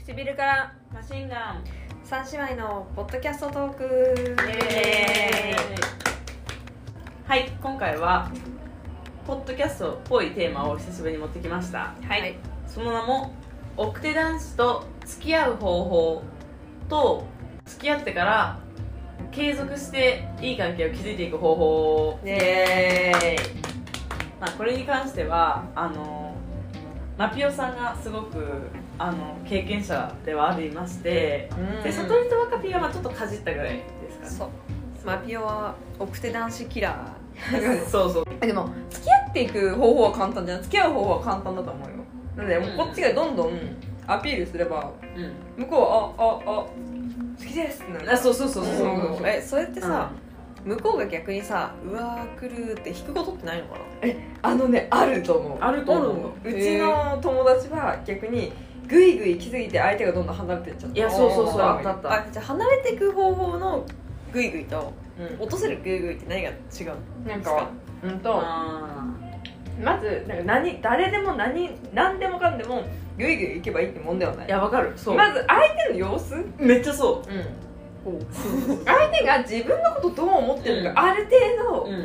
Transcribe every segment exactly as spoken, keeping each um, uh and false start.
唇からマシンガン三姉妹のポッドキャストトーク。 イエーイ。はい、今回はポッドキャストっぽいテーマを久しぶりに持ってきました。 はい、 その名も奥手男子と付き合う方法と付き合ってから継続していい関係を築いていく方法。 イエーイ。 まあ、これに関してはあのマピオさんがすごくあの経験者ではありまして、うん、で悟りと若ピーはまあちょっとかじったぐらいですかね。 そうマピオは奥手男子キラーそうそう。 でも付き合っていく方法は簡単じゃない、付き合う方法は簡単だと思うよ。なのでもうこっちがどんどんアピールすれば、うん、向こうはあああ好きですってなる。 あ、そうそうそうそうそう。 え、それってさ、うん、向こうが逆にさ、うわー来るって引くことってないのかな。 え、あのね、あると思う。 あると思う。 うちの友達は逆にグイグイ来すぎて相手がどんどん離れていっちゃった。 いや、そうそうそう、あったあった。 あ、じゃあ離れていく方法のグイグイと、うん、落とせるグイグイって何が違う？ なんか、うんとまずなんか何誰でも何何でもかんでもグイグイ行けばいいってもんではない。 いや、わかる。そう。 まず相手の様子、 めっちゃそう。 うん。相手が自分のことどう思ってるのか、うん、ある程度、うん、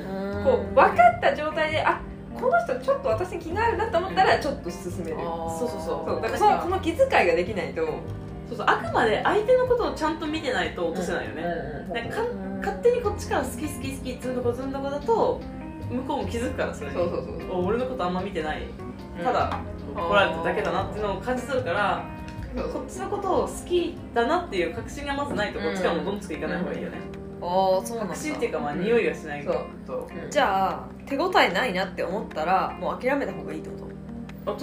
こう分かった状態で、あ、この人ちょっと私に気があるなと思ったらちょっと進める。 そうそうそう。 そうだからそのこの気遣いができないと、 そうそう、あくまで相手のことをちゃんと見てないと落とせないよね。なんか勝手にこっちから好き好き好きずんどこずんどこだと向こうも気づくから、それに。 そうそうそうそう。 俺のことあんま見てない。ただ来られただけだなっていうのを感じ取るから。こっちのことを好きだなっていう確信がまずないとこっちからもどんつくいかない方がいいよね。 ああ、そうなんだ。 確信っていうか、まあ匂いがしないと。 じゃあ手応えないなって思ったらもう諦めた方がいいってこと？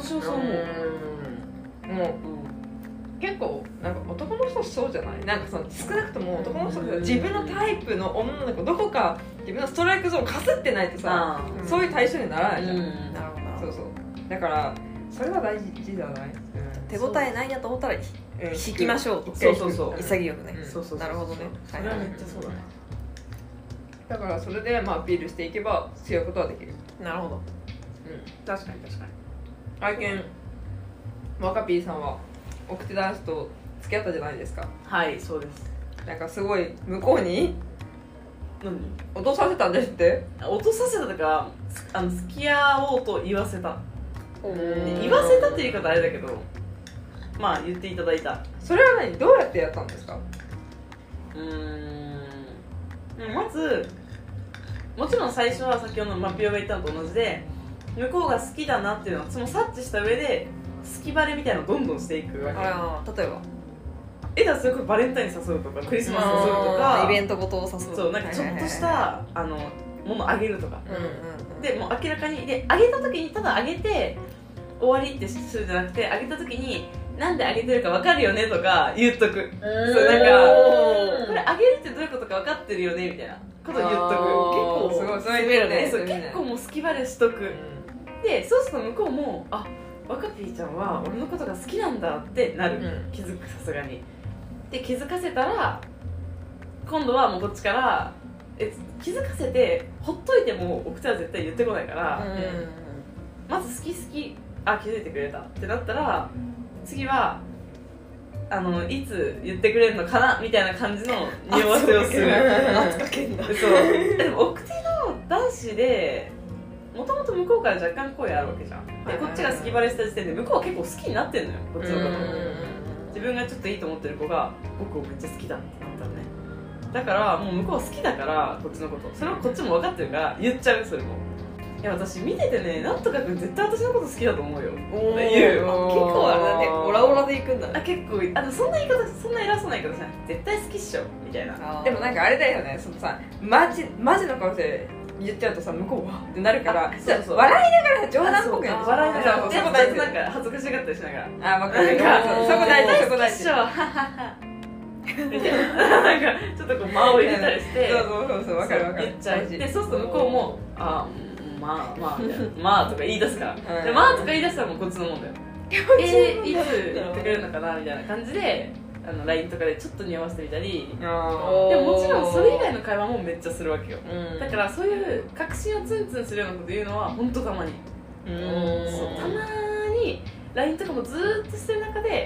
私はそう思う。 もう結構なんか男の人そうじゃない？なんかその少なくとも男の人が自分のタイプの女の子どこか自分のストライクゾーンかすってないとさ、そういう対象にならないじゃん。 なるほど。 そうそう。だからそれは大事じゃない？ 手応えないなと思ったら引きましょう。 そうそうそう。 潔くね。 そうそう。 なるほどね。 それはめっちゃそうだね。 だからそれでまあアピールしていけば強いことはできる。 なるほど。うん。 確かに確かに。 愛犬若ピーさんは奥手男子と付き合ったじゃないですか。 はい、そうです。 なんかすごい向こうに何落とさせたんですって。 落とさせたとか、あの付き合おうと言わせた。言わせたっていう言い方あれだけど、まあ言っていただいた。 それは何、どうやってやったんですか？ うーん、まずもちろん最初は先ほどのマピオが言ったのと同じで、向こうが好きだなっていうのをその察知した上で好きバレみたいなのをどんどんしていくわけ。 あ、例えばえだ、それこそバレンタインに誘うとかクリスマスに誘うとかイベントごとを誘う、 そう、なんかちょっとしたあのものあげるとか、 うんうんうん、 でもう明らかにであげた時にただあげて終わりってするんじゃなくて、あげた時になんであげてるか分かるよねとか言っとく。そう、なんかこれあげるってどういうことか分かってるよねみたいなことを言っとく。結構すごい、そういうね。 そう、結構もう好きバレしとく、うん、でそうすると向こうもあ、若ピーちゃんは俺のことが好きなんだってなる、うん、気づく、さすがに。で気づかせたら今度はもうこっちからえ気づかせてほっといても奥手は絶対言ってこないから、うん、まず好き好き、あ、気づいてくれたってなったら次はあのいつ言ってくれるのかなみたいな感じの匂わせをする。 圧かけんだ。 そう。でも奥手の男子でもともと向こうから若干声あるわけじゃん。でこっちが好きバレした時点で向こうは結構好きになってんのよ、こっちのこと。自分がちょっといいと思ってる子が僕をめっちゃ好きだってなったらね。だからもう向こうは好きだからこっちのこと、それをこっちも分かってるから言っちゃう。それもいや私見ててね、なんとかくん絶対私のこと好きだと思うよって言う。 結構あれだね、オラオラでいくんだね。 あ、結構あのそんな言い方、そんな偉そうな言い方じゃない、絶対好きっしょみたいな。 でもなんかあれだよね、そのさ、マジマジの顔で言っちゃうとさ、向こうはってなるから、そうそう、笑いながら冗談っぽくやる。 笑いながら、そこ大事、なんか恥ずかしがったりしながら、 あ、分かる、そこ大事、そこ大事、 はははみたいな、なんかちょっとこう間を入れたりして、 そうそうそうそう、分かる分かる、 言っちゃう。でそうすると向こうもあ、まあまあまあとか言い出すから、でまあとか言い出したらもうこっちのもんだよ。えー、いつ言ってくれるのかなみたいな感じで、あの ライン とかでちょっと匂わせてみたり。でももちろんそれ以外の会話もめっちゃするわけよ、うん、だからそういう確信をツンツンするようなこと言うのは本当たまに。うん、そう、たまに ライン とかもずーっとしてる中で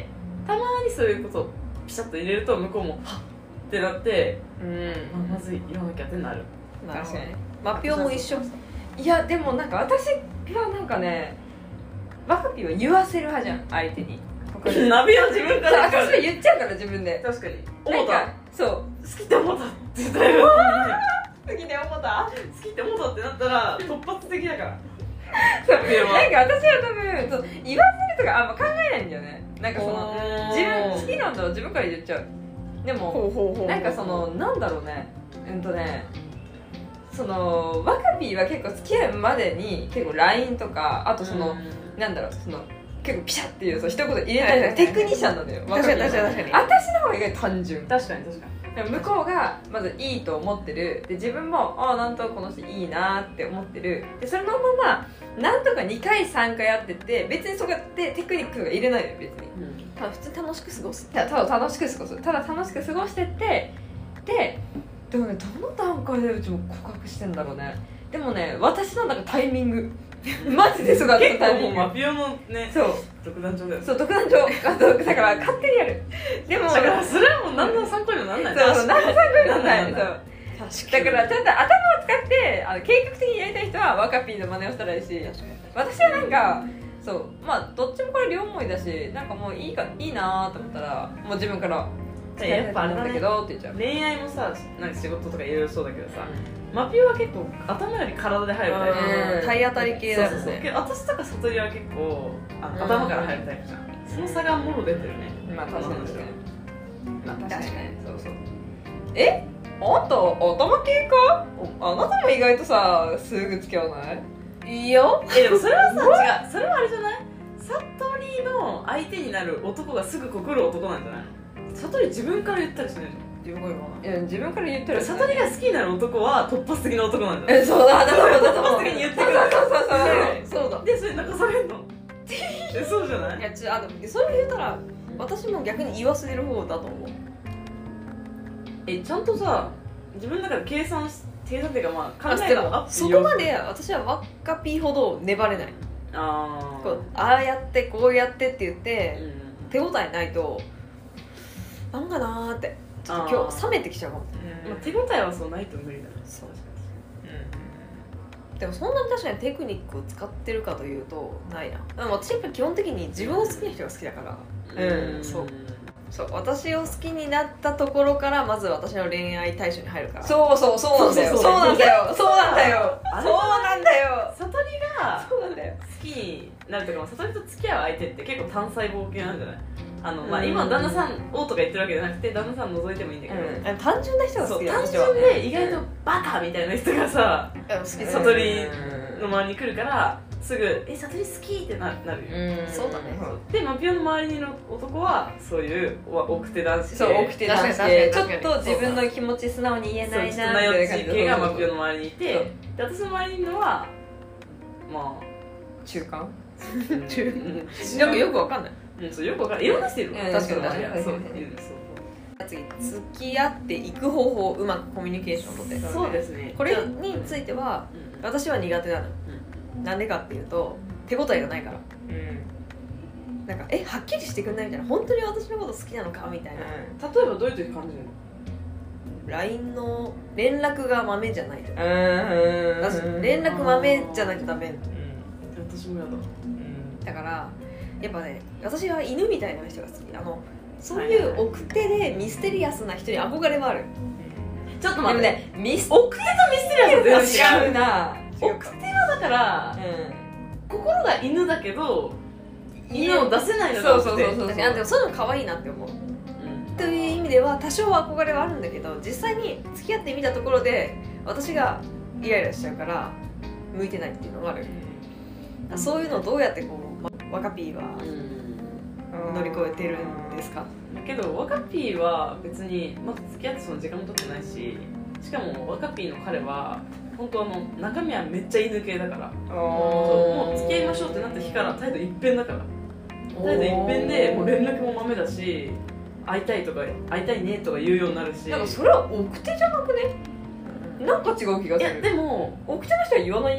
たまにそういうことをピシャッと入れると向こうもはっってなって、 うん、 まあ、まずい言わなきゃってなる。 確かにマピオも一緒。 いやでもなんか私はなんかねワカピは言わせる派じゃん相手に。 ナビを自分から私は言っちゃうから自分で。 確かに思った。そう好きって思ったって言ったよ。 好きって思った好きって思ったってなったら突発的だからそうなんか私は多分そう言わせるとかあんま考えないんだよね。なんかその自分好きなんだろう自分から言っちゃう。でもなんかそのなんだろうねうんとねそのワカピーは結構付き合うまでに結構 ライン とかあとそのなんだろうその結構ピシャっていうそう一言入れたりとかテクニシャンなんだよ。 確かに確かに確かに。 私の方が意外と単純。 確かに確かに。 向こうがまずいいと思ってるで自分もああなんとこの人いいなって思ってるでそのままなんとかにかいさんかいやってて別にそこでテクニックが入れないのよ別に、 うん、ただ普通に楽しく過ごすただ楽しく過ごすただ楽しく過ごしてってででもねどの段階でうちも告白してんだろうね。でもね私のなんかタイミングマジでそうだったタイミングマピオのねそう独壇場だよ。 そう独壇場だから勝手にやる。でもだからそれはもう何の参考にもなんない。 そうそう何の参考にもなんない。そうだからちゃんと頭を使ってあの計画的にやりたい人はワカピーの真似をしたらいいし私はなんかそうまあどっちもこれ両思いだしなんかもういいかいいなと思ったらもう自分からやっぱあれだだけどって言っちゃう。 恋愛もさなんか仕事とかいろいろそうだけどさマピオは結構頭より体で入るタイプ、 うん、体当たり系だよね。 そうそうそう私とか悟りは結構あの頭から入るタイプじゃん。その差がもろ出てるね。 まあ確かに確かにまあ確かに確かにそうそうえあんた頭系かあなたも意外とさすぐ付き合わないいいよ。 えでもそれはさ違うそれはあれじゃない悟りの相手になる男がすぐ告る男なんじゃないの。悟り自分から言ったりしないじゃん。 自分が言わない。 いや自分から言ったら悟りが好きになる男は突発的な男なんだよ。 えそうだだだだだ突発的に言ってくる。 そうそうそうそうそうだ。 でそれ泣かされんのえそうじゃない。 いやちあでもそれ言ったら私も逆に言わせる方だと思う。 えちゃんとさ自分の中で計算し計算っていうかまあ考あでもえがあってそこまで私はワッカピーほど粘れない。 あこうああやってこうやってって言ってー、うん、 手応えないとなんかなーってちょっと今日冷めてきちゃうかも。 まあ、手応えはそうないと無理だな。 そうでもそんなに確かにテクニックを使ってるかというとないな。でも私やっぱり基本的に自分を好きな人が好きだからうんそうそう私を好きになったところからまず私の恋愛対象に入るからそうそうそうなんだよそうそうそうそうなんだよそうなんだよあれそうなんだよ悟りがそうなんだよ好きになるとか悟りと付き合う相手って結構単細胞系なんじゃない。あの、まあ、 うん今旦那さんをとか言ってるわけじゃなくて旦那さん除いてもいいんだけど、 うんあ単純な人が好きだそう単純で意外とバカみたいな人がさ好き悟りの周りに来るからすぐ「え悟り好き!」ってななるよ、 うんそうだねでマピオの周りの男はそういう奥手男子系そう奥手男子確かにでちょ確かにっと自分の気持ち素直に言えないなそうなよっち系がマピオのの周りにいてで私の周りにいるのはまあ中間中うんなんかよくわかんない。 うんそうよくわかんないいろんな人いるうん確かに確かにそういるそう次付き合っていく方法をうまくコミュニケーションをとってそうですねこれについてはうん私は苦手なの。なんでかっていうと手応えがないからうんなんかえはっきりしてくんないみたいな本当に私のこと好きなのかみたいな例えばどういう時感じるの。 ライン の連絡が豆じゃないとうん私連絡豆じゃないとダメ私もやだだからやっぱね私は犬みたいな人が好きあのそういう奥手でミステリアスな人に憧れはある。 ちょっとでも待ってねミス奥手とミステリアスは全然違う違うな奥手はだから心が犬だけど犬を出せないのが奥手。 そうそうそう私あでもそういうの可愛いなって思うという意味では多少は憧れはあるんだけど実際に付き合ってみたところで私がイライラしちゃうから向いてないっていうのがある。そういうのをどうやってこう、ま、ワカピーは乗り越えてるんですか。 だけどワカピーは別にまだ付き合ってその時間も経ってないししかもワカピーの彼は本当あの中身はめっちゃ犬系だからそうもう付き合いましょうってなった日から態度一変だから態度一変でもう連絡も豆だし会いたいとか会いたいねとか言うようになるしなんかそれは奥手じゃなくねなんか違う気がいやする。 でも奥手の人は言わないよ。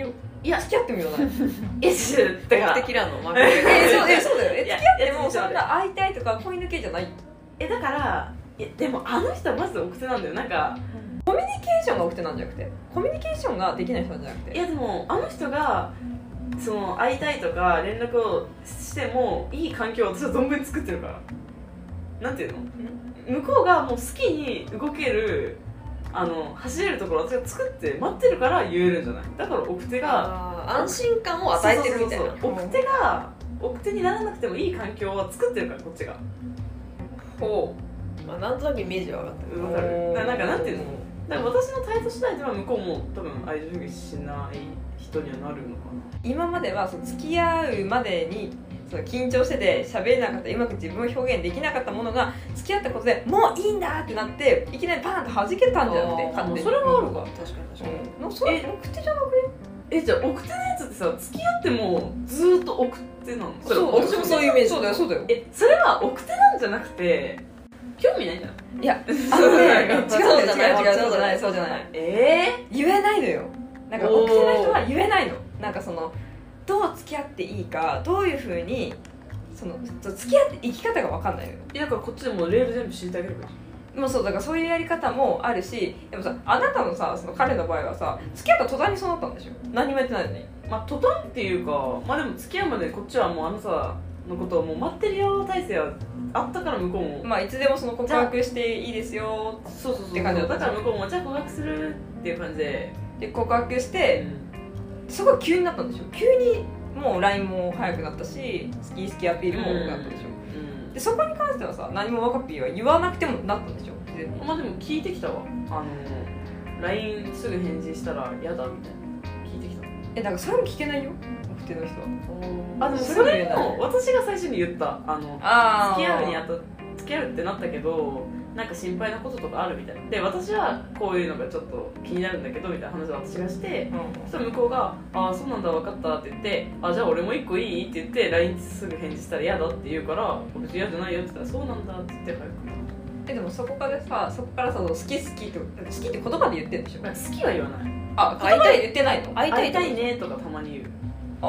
いや付き合っても言わないえちょだから目的なのマーケえそうえそうだよえいや付き合ってもいやそんな会いたいとか恋抜けじゃないえだからいやでもあの人はマジで奥手なんだよ。なんかコミュニケーションが奥手なんじゃなくてコミュニケーションができない人なんじゃなくていやでもあの人がその会いたいとか連絡をしてもいい環境を私は存分に作ってるから。なんていうの、向こうがもう好きに動けるあの走れるところを私が作って待ってるから言えるんじゃない。だから奥手が安心感を与えてるみたいな。 そうそうそう奥手が奥手にならなくてもいい環境は作ってるからこっちが。 ほう、まあ、なんとなくイメージは分かった分かる。だからなんかなんていうのだから私の態度次第では向こうも多分愛情表現しない人にはなるのかな。 今まではその付き合うまでにその緊張してて喋れなかったうまく自分を表現できなかったものが付き合ったことでもういいんだってなっていきなりパーンと弾けたんじゃなくて勝手にそれはあるか。 確かに確かに、 うん、それ奥手じゃなくねえじゃあ奥手のやつってさ付き合ってもずーっと奥手なの。 そうそう私もそういうイメージ。 そうだよそうだよえそれは奥手なんじゃなくて興味ないんじゃない。 いやあのね違うんだよ違う違うそうじゃないそうじゃないえ言えないのよ。なんか奥手な人は言えないの。なんかそのどう付き合っていいかどういうふうにその付き合って生き方が分かんないのよ。 ー、だからこっちでもレール全部敷いてあげればいいじもうそうだからそういうやり方もあるしでもさあなたのさその彼の場合はさ付き合った途端にそうなったんでしょ。何もやってないのに。 ゃん。まあ途端っていうかまあでも付き合うまでこっちはもうあのさのことをもう待ってるよ体制はあったから向こうもまあいつでもその告白していいですよそうそうそうって感じだっただから向こうもじゃあ告白するっていう感じで、 で告白してすごい急になったんでしょ。急にもう ライン も早くなったし好き好きアピールも多くなったでしょ。 うんでそこに関してはさ何も若ピーは言わなくてもなったんでしょ自然に。 まあでも聞いてきたわ。あの ライン すぐ返事したら嫌だみたいな聞いてきた。 えなんかそれも聞けないよ奥手の人は。 あでもそれも私が最初に言ったあのあ付き合うにあた付き合うってなったけどなんか心配なこととかあるみたいなで私はこういうのがちょっと気になるんだけどみたいな話を私がしてそしたら向こうが「ああそうなんだ分かった」って言って「あじゃあ俺も一個いい?」って言って ライン すぐ返事したら嫌だって言うから「別に嫌じゃないよ」って言ったら「そうなんだ」って言って早くえでもそこからさそこからさ好き好きって好きって言葉で言ってるんでしょ。 好きは言わない。 あ言葉で言ってないの。 会いたい会いたいねとかたまに言う。 あ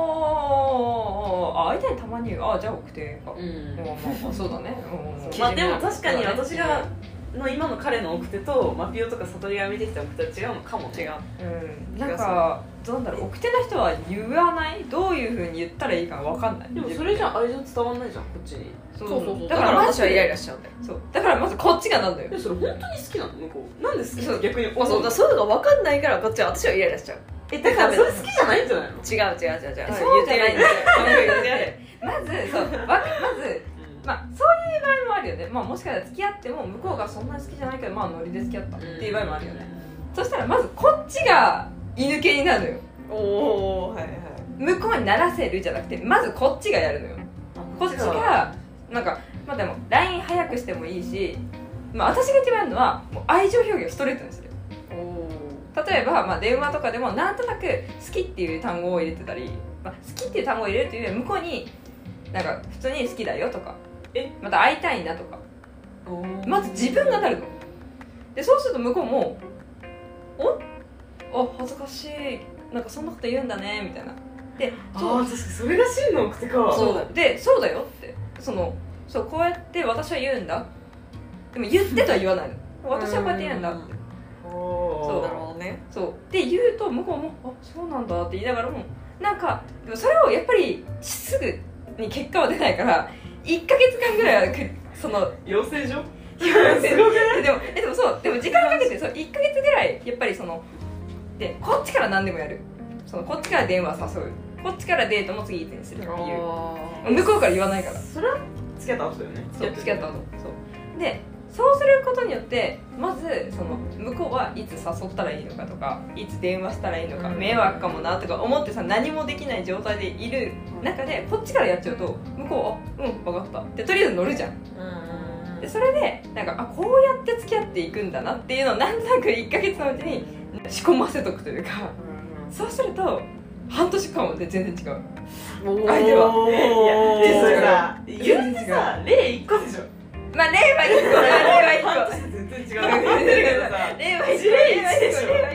あ会いたいたまに言う。あじゃあ奥手か。 うんまあまあまあそうだね。うんまあでも確かに私がの今の彼の奥手とマピオとか悟りが見てきた奥手は違うのかもね。 違う。 うんなんかどうなんだろう奥手な人は言わないどういうふうに言ったらいいか分かんない。 でもそれじゃ愛情伝わんないじゃんこっちに。 そうそうそうそう。 だだから私はイライラしちゃうんだよ。 そうだからまずこっちがなんだよ。 えそれ本当に好きなの向こう。なんで好きそう逆にまあそうだそういうのが分かんないからこっちは私はイライラしちゃう。 えだからそれ好きじゃないんじゃないの。 違う違う違う違う。 そうじゃないんですよ。 言ってないまずそうわまずまあそういう場合もあるよね。まあもしかしたら付き合っても向こうがそんなに好きじゃないけどまあノリで付き合ったっていう場合もあるよね。そしたらまずこっちが居抜けになるのよ。 おおはいはい。 向こうにならせるじゃなくてまずこっちがやるのよ。こっちがなんかまあでも ライン 早くしてもいいし、まあ、私が一番やるのはもう愛情表現をストレートにする。例えば、まあ、電話とかでもなんとなく好きっていう単語を入れてたり、まあ、好きっていう単語を入れるというより向こうになんか普通に好きだよとかえまた会いたいなとかまず自分がなるのでそうすると向こうもおあ恥ずかしいなんかそんなこと言うんだねみたいなでああ確かにそれが真の奥手か。 そうだでそうだよってそのそうこうやって私は言うんだでも言ってとは言わないの私はこうやって言うんだってそうなるほどね。 そうで言うと向こうもあそうなんだって言いながらもなんかでもそれをやっぱりすぐに結果は出ないからいっかげつかんぐらいはくその養成所でもえでもそうでも時間かけてそういっかげつぐらいやっぱりそのでこっちから何でもやるそのこっちから電話誘うこっちからデートも次いつにするっていう向こうから言わないからそれは付き合った後だよね。 そう付き合った後そうでそうすることによってまずその向こうはいつ誘ったらいいのかとかいつ電話したらいいのか迷惑かもなとか思ってさ何もできない状態でいる中でこっちからやっちゃうと向こうはうん分かったってとりあえず乗るじゃんでそれでなんかあこうやって付き合っていくんだなっていうのをなんとなくいっかげつのうちに仕込ませとくというかそうすると半年間で全然違う相手は。 いやでそれさ言ってさ例いっこでしょ。 まあ例はいっこ例はいっこ半年で全然違う。言ってるけどさ例はいっこ例いちでしょ。 例はいっこえ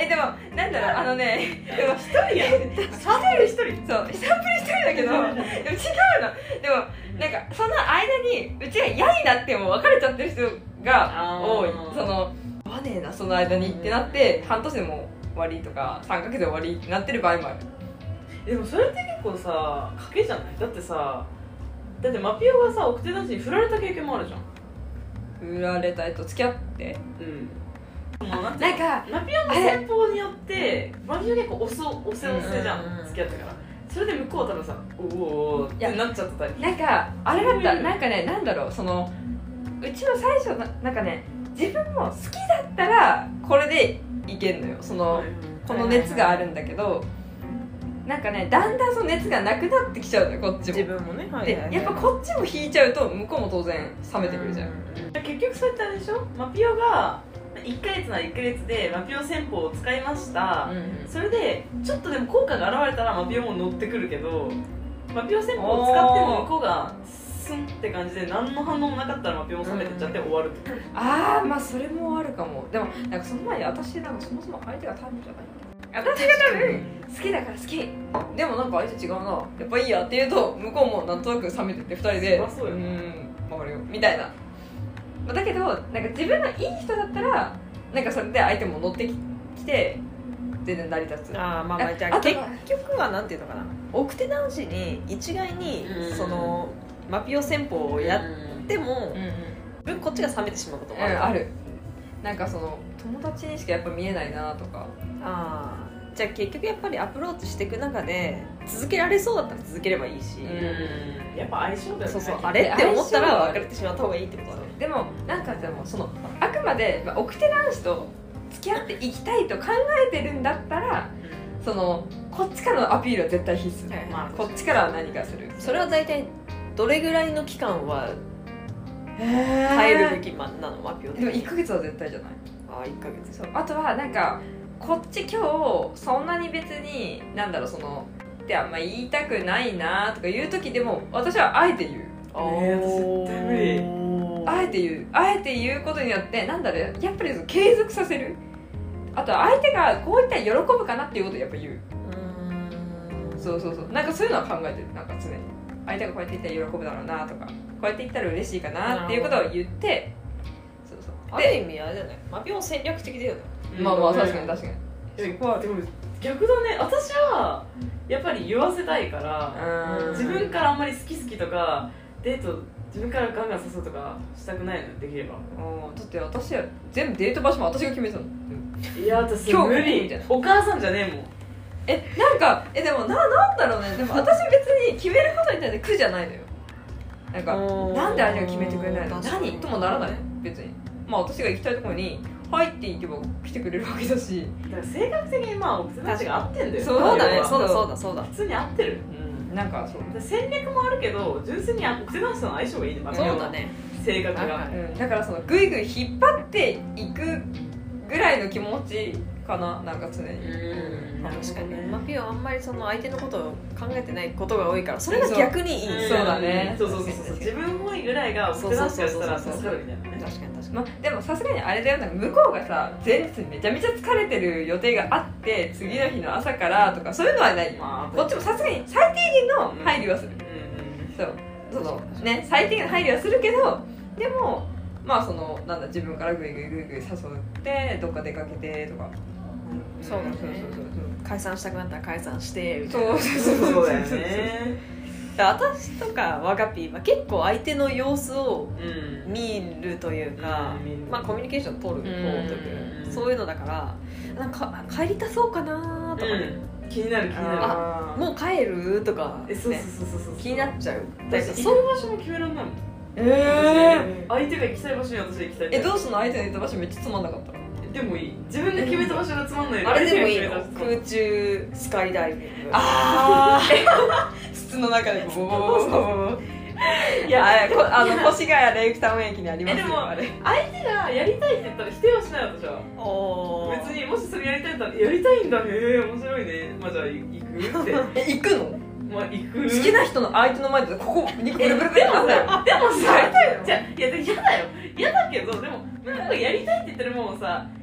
えでもなんだろうあのねでも一人やサンプル一人そうサンプル一人だけどでも違うのでもなんかその間にうちが嫌になっても別れちゃってる人が多いその合わねえなその間にってなって半年でも終わりとかさんかげつで終わりってなってる場合もある。 でもそれって結構さ賭けじゃない？だってさだってマピオがさ奥手男子に振られた経験もあるじゃん。 振られたいと付き合ってうんもうなんなんかマピオの戦法によってマピオ結構押す押せ押せじゃうんうんうんん付き合ったからそれで向こうは多分さおーおーってなっちゃったりなんかあれだったなんかねなんだろうそのうちの最初ななんかね自分も好きだったらこれでいけんのよそのこの熱があるんだけどなんかねだんだんその熱がなくなってきちゃうのよこっちも自分もね、はいではいはい、 やっぱこっちも引いちゃうと向こうも当然冷めてくるじゃん結局そういったあれでしょマピオがいっかげつならいっかげつでマピオ戦法を使いました、 うんそれでちょっとでも効果が現れたらマピオも乗ってくるけどマピオ戦法を使っても向こうがスンって感じで何の反応もなかったらマピオも冷めてっちゃって終わるってああまあそれもあるかもでもなんかその前に私なんかそもそも相手がタイプじゃない私が多分好きだから好きでもなんか相手違うなやっぱいいやって言うと向こうもなんとなく冷めてってふたりでそりゃそうよーん分かるよみたいなだけどなんか自分のいい人だったらなんかそれで相手も乗ってきて全然成り立つああまあまあじゃあ結局はなんていうのかな奥手男子に一概にうんそのマピオ戦法をやってもうんうんこっちが冷めてしまうこともある、 うんあるなんかその友達にしかやっぱ見えないなとかああじゃあ結局やっぱりアプローチしていく中で続けられそうだったら続ければいいし、 うんやっぱ相性だよねそうそうあれって思ったら別れてしまった方がいいってことだねでもなんかでもそのあくまで、まあ、奥手男子と付き合っていきたいと考えてるんだったらそのこっちからのアピールは絶対必須、 はいまあこっちからは何かするそれは大体どれぐらいの期間は耐えるべきなのマピオでもいっかげつは絶対じゃないああいっかげつそうあとはなんかこっち今日そんなに別になんだろうそのってあんま言いたくないなとか言う時でも私はあえて言うえー私絶対無理あえて言うあえて言うことによってなんだろうやっぱりその継続させるあとは相手がこう言ったら喜ぶかなっていうことをやっぱ言ううーんそうそうそうなんかそういうのは考えてるなんか常に相手がこうやって言ったら喜ぶだろうなとかこうやって言ったら嬉しいかなっていうことを言ってそうそうある意味あれだよねマピオ戦略的だよねまあまあ確かに確かにえでも逆だね私はやっぱり言わせたいからうん自分からあんまり好き好きとかデート自分からガンガン誘うとかしたくないのできればうんだって私は全部デート場所も私が決めてたのいや私今日無理みたいなお母さんじゃねえもんえなんかえでもななんだろうねでも私別に決めることに対して苦じゃないのよなんかなんで相手が決めてくれないの確かに何ともならない別にまあ私が行きたいところに入っていけば来てくれるわけだしだから性格的にまあ奥手たちが合ってんだよそうそうだねそうそうだそうだそうだ普通に合ってるうんなんかそうで戦略もあるけど純粋に奥手男子との相性がいいねマピオはそうだね性格がうん、だからそのグイグイ引っ張っていくぐらいの気持ちかななんか常にうん確かにマピオはあんまりその相手のことを考えてないことが多いからそれが逆にいいそうだねそうそうそうそう自分本位ぐらいが奥手男子からしたら助かるみたいなね確かに確かにまあ、でもさすがにあれだよなんか向こうがさ前日にめちゃめちゃ疲れてる予定があって次の日の朝からとかそういうのはないよまあこっちもさすがに最低限の配慮はする、 うんそうそのね最低限の配慮はするけどでもまあそのなんだ自分からグイグイグイグイ誘ってどっか出かけてとかそうだねそうそうそう解散したくなったら解散してみたいなそうそうそうそうだよねだから私とかワガピーは結構相手の様子をうん見るというか、 うん見るまあコミュニケーション取る方といううんかそういうのだからなんか帰りたそうかなとかね、 うん気になる気になるあもう帰るとか、ね、 えそうそうそうそうそう気になっちゃうだって行く場所も決めらんないもんえ相手が行きたい場所に私は行きたいえどうすんの相手の言った場所めっちゃつまんなかったらでもいい自分で決めた場所がつまんないあれでもいいの相手が決めた場所空中スカイダイビングああ筒の中でボボボボボボいやあれこあの越谷レイクタウン駅にありますよえでもあれ相手がやりたいって言ったら否定はしない私はおー別にもしそれやりたいんだったらやりたいんだへえ面白いねまあじゃあ行くってえ行くのまあ行く好きな人の相手の前でここ肉ブルブルブルでもさってでもさやりたいのじゃあいや嫌だよ嫌だけどでも向こうがやりたいって言ってるもんをさ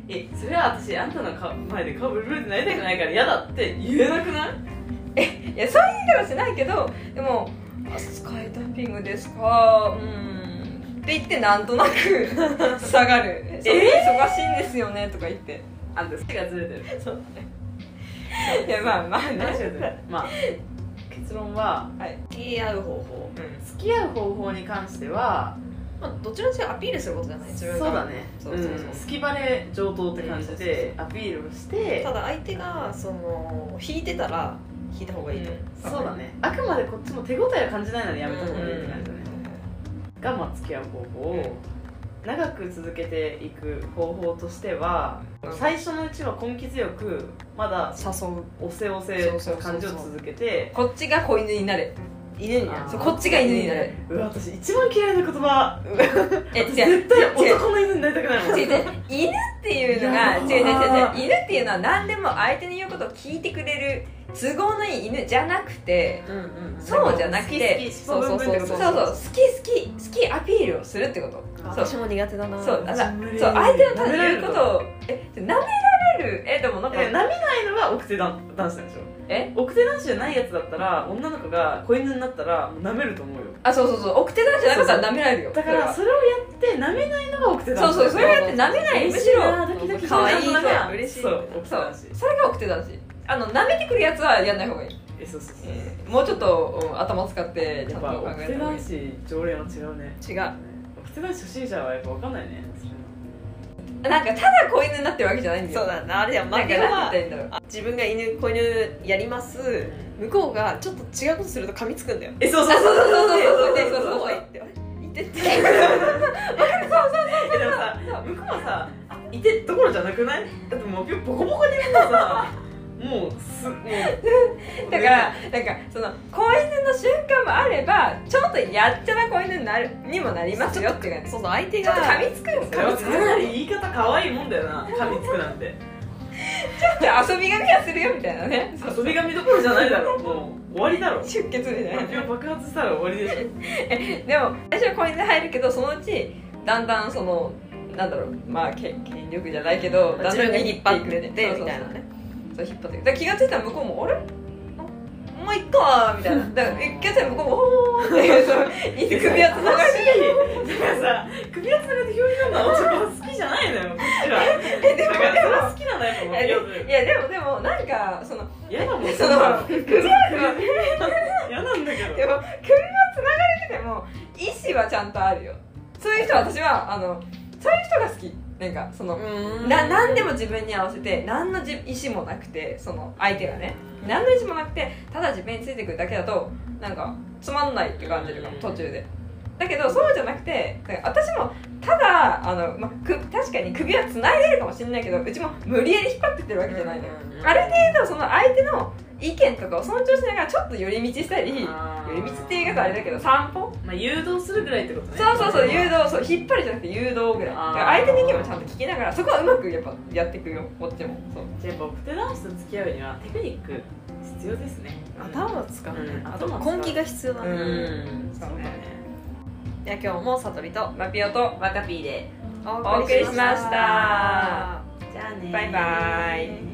えそれは私あんたの顔前で顔ブルブルってなりたくないから嫌だって言えなくない？ えいやそういう言い方はしないけど、でもスカイダイビングですかうんって言ってなんとなく下がるえ忙しいんですよねとか言ってあんた手がずれてるそういやまあまあねまあ結論は、 はい、 付き合う方法、 うん、 付き合う方法に関しては、 まあ、どちらにせよアピールすることじゃないそうだねそうそうそう、うん、 好きバレ上等って感じでアピールをして、 ただ相手がその引いてたら引いた方がいいと、 うん、そうだねあくまでこっちも手応えを感じないならやめた方がいいって感じだね、うん、がまあ付き合う方法を長く続けていく方法としては、うん、最初のうちは根気強くまだ誘うおせおせの感じを続けて、 こっちが子犬になれ犬になれそうこっちが犬になれうわ私一番嫌いな言葉え絶対男の犬になりたくないもん違う違う犬っていうのが違う違う違う犬っていうのは何でも相手の言うことを聞いてくれる都合のいい犬じゃなくて、うんうん、そうじゃなくてそうそうそうそうそう好き好き好きアピールをするってこと。 私も苦手だな。 そうだからそう相手のただ言うことをえ舐められるえでもなんか舐めないのが奥手男子なんでしょ。え奥手男子じゃないやつだったら女の子が子犬になったらもう舐めると思うよ。 あそうそうそう奥手男子じゃなかったら舐められるよ。 だからそれをやって舐めないのが奥手男子。 そうそうそれをやって舐めないむしろ可愛いのが嬉しい。そう奥手男子。 それが奥手男子。あの舐めてくるやつはやんない方がいい。 えそうそうそう、 えー、もうちょっと、うん、頭使ってちゃんと考えた方がいい。 奥手男子常連は違うね。 違う。 奥手男子初心者はやっぱ分かんないね。 なんかただ子犬になってるわけじゃないんだよ。 そうだなあれだよ。マキオは自分が犬子犬やります、うん、向こうがちょっと違うことすると噛みつくんだよ。 えそうそうそうそうそうそうそうそうそうそうって言ってって分かるそうそうそうでもさ向こうはさいてどころじゃなくない？だってもうボコボコにもさもうすもうだからなんかその子犬の瞬間もあればちょっとやっちゃな子犬になるにもなりますよっていう感じ。 そうそう相手がちょっと噛みつくんかなり言い方可愛いもんだよな噛みつくなんてちょっと遊び神はするよみたいなね。 遊び神どころじゃないだろうもう終わりだろ出血みたいな今日爆発したら終わりでしょえでも最初は子犬入るけどそのうちだんだんそのなんだろうまあ権力じゃないけどだんだん引っ張ってくれてみたいなね。 引っ張ってだから気がついたら向こうもあれもういっかみたいなだから気がついたら向こうもほーって首輪つながれてだからさ首輪つながれて表現の男は好きじゃないのよこっちはえでもだからそれは好きなのよもういやでもでもなんかその嫌だもんその首輪嫌なんだけどでも首輪つながれてても意思はちゃんとあるよ。そういう人は私はあのそういう人が好き。なんかそのな何でも自分に合わせて何の意思もなくてその相手がね何の意思もなくてただ自分についてくるだけだとなんかつまんないって感じるかも途中で。だけどそうじゃなくて私もただあの、ま、く確かに首はつないでるかもしれないけどうちも無理やり引っ張ってってるわけじゃないのよ。ある程度その相手の意見とかを尊重しながらちょっと寄り道したり寄り道っていう言い方あれだけど散歩、 まあ、誘導するぐらいってことね。 そうそうそう誘導そう引っ張りじゃなくて誘導ぐらいだから相手の意見もちゃんと聞きながらそこはうまくやっぱやっていくよこっちも。そうじゃあやっぱ奥手男子と付き合うにはテクニック必要ですね。 頭を使うね、 うん、 あと根気が必要だね。 うんそうね。 いや今日もさとりとマピオとワカピーでお送りしました。 じゃあねバイバイ。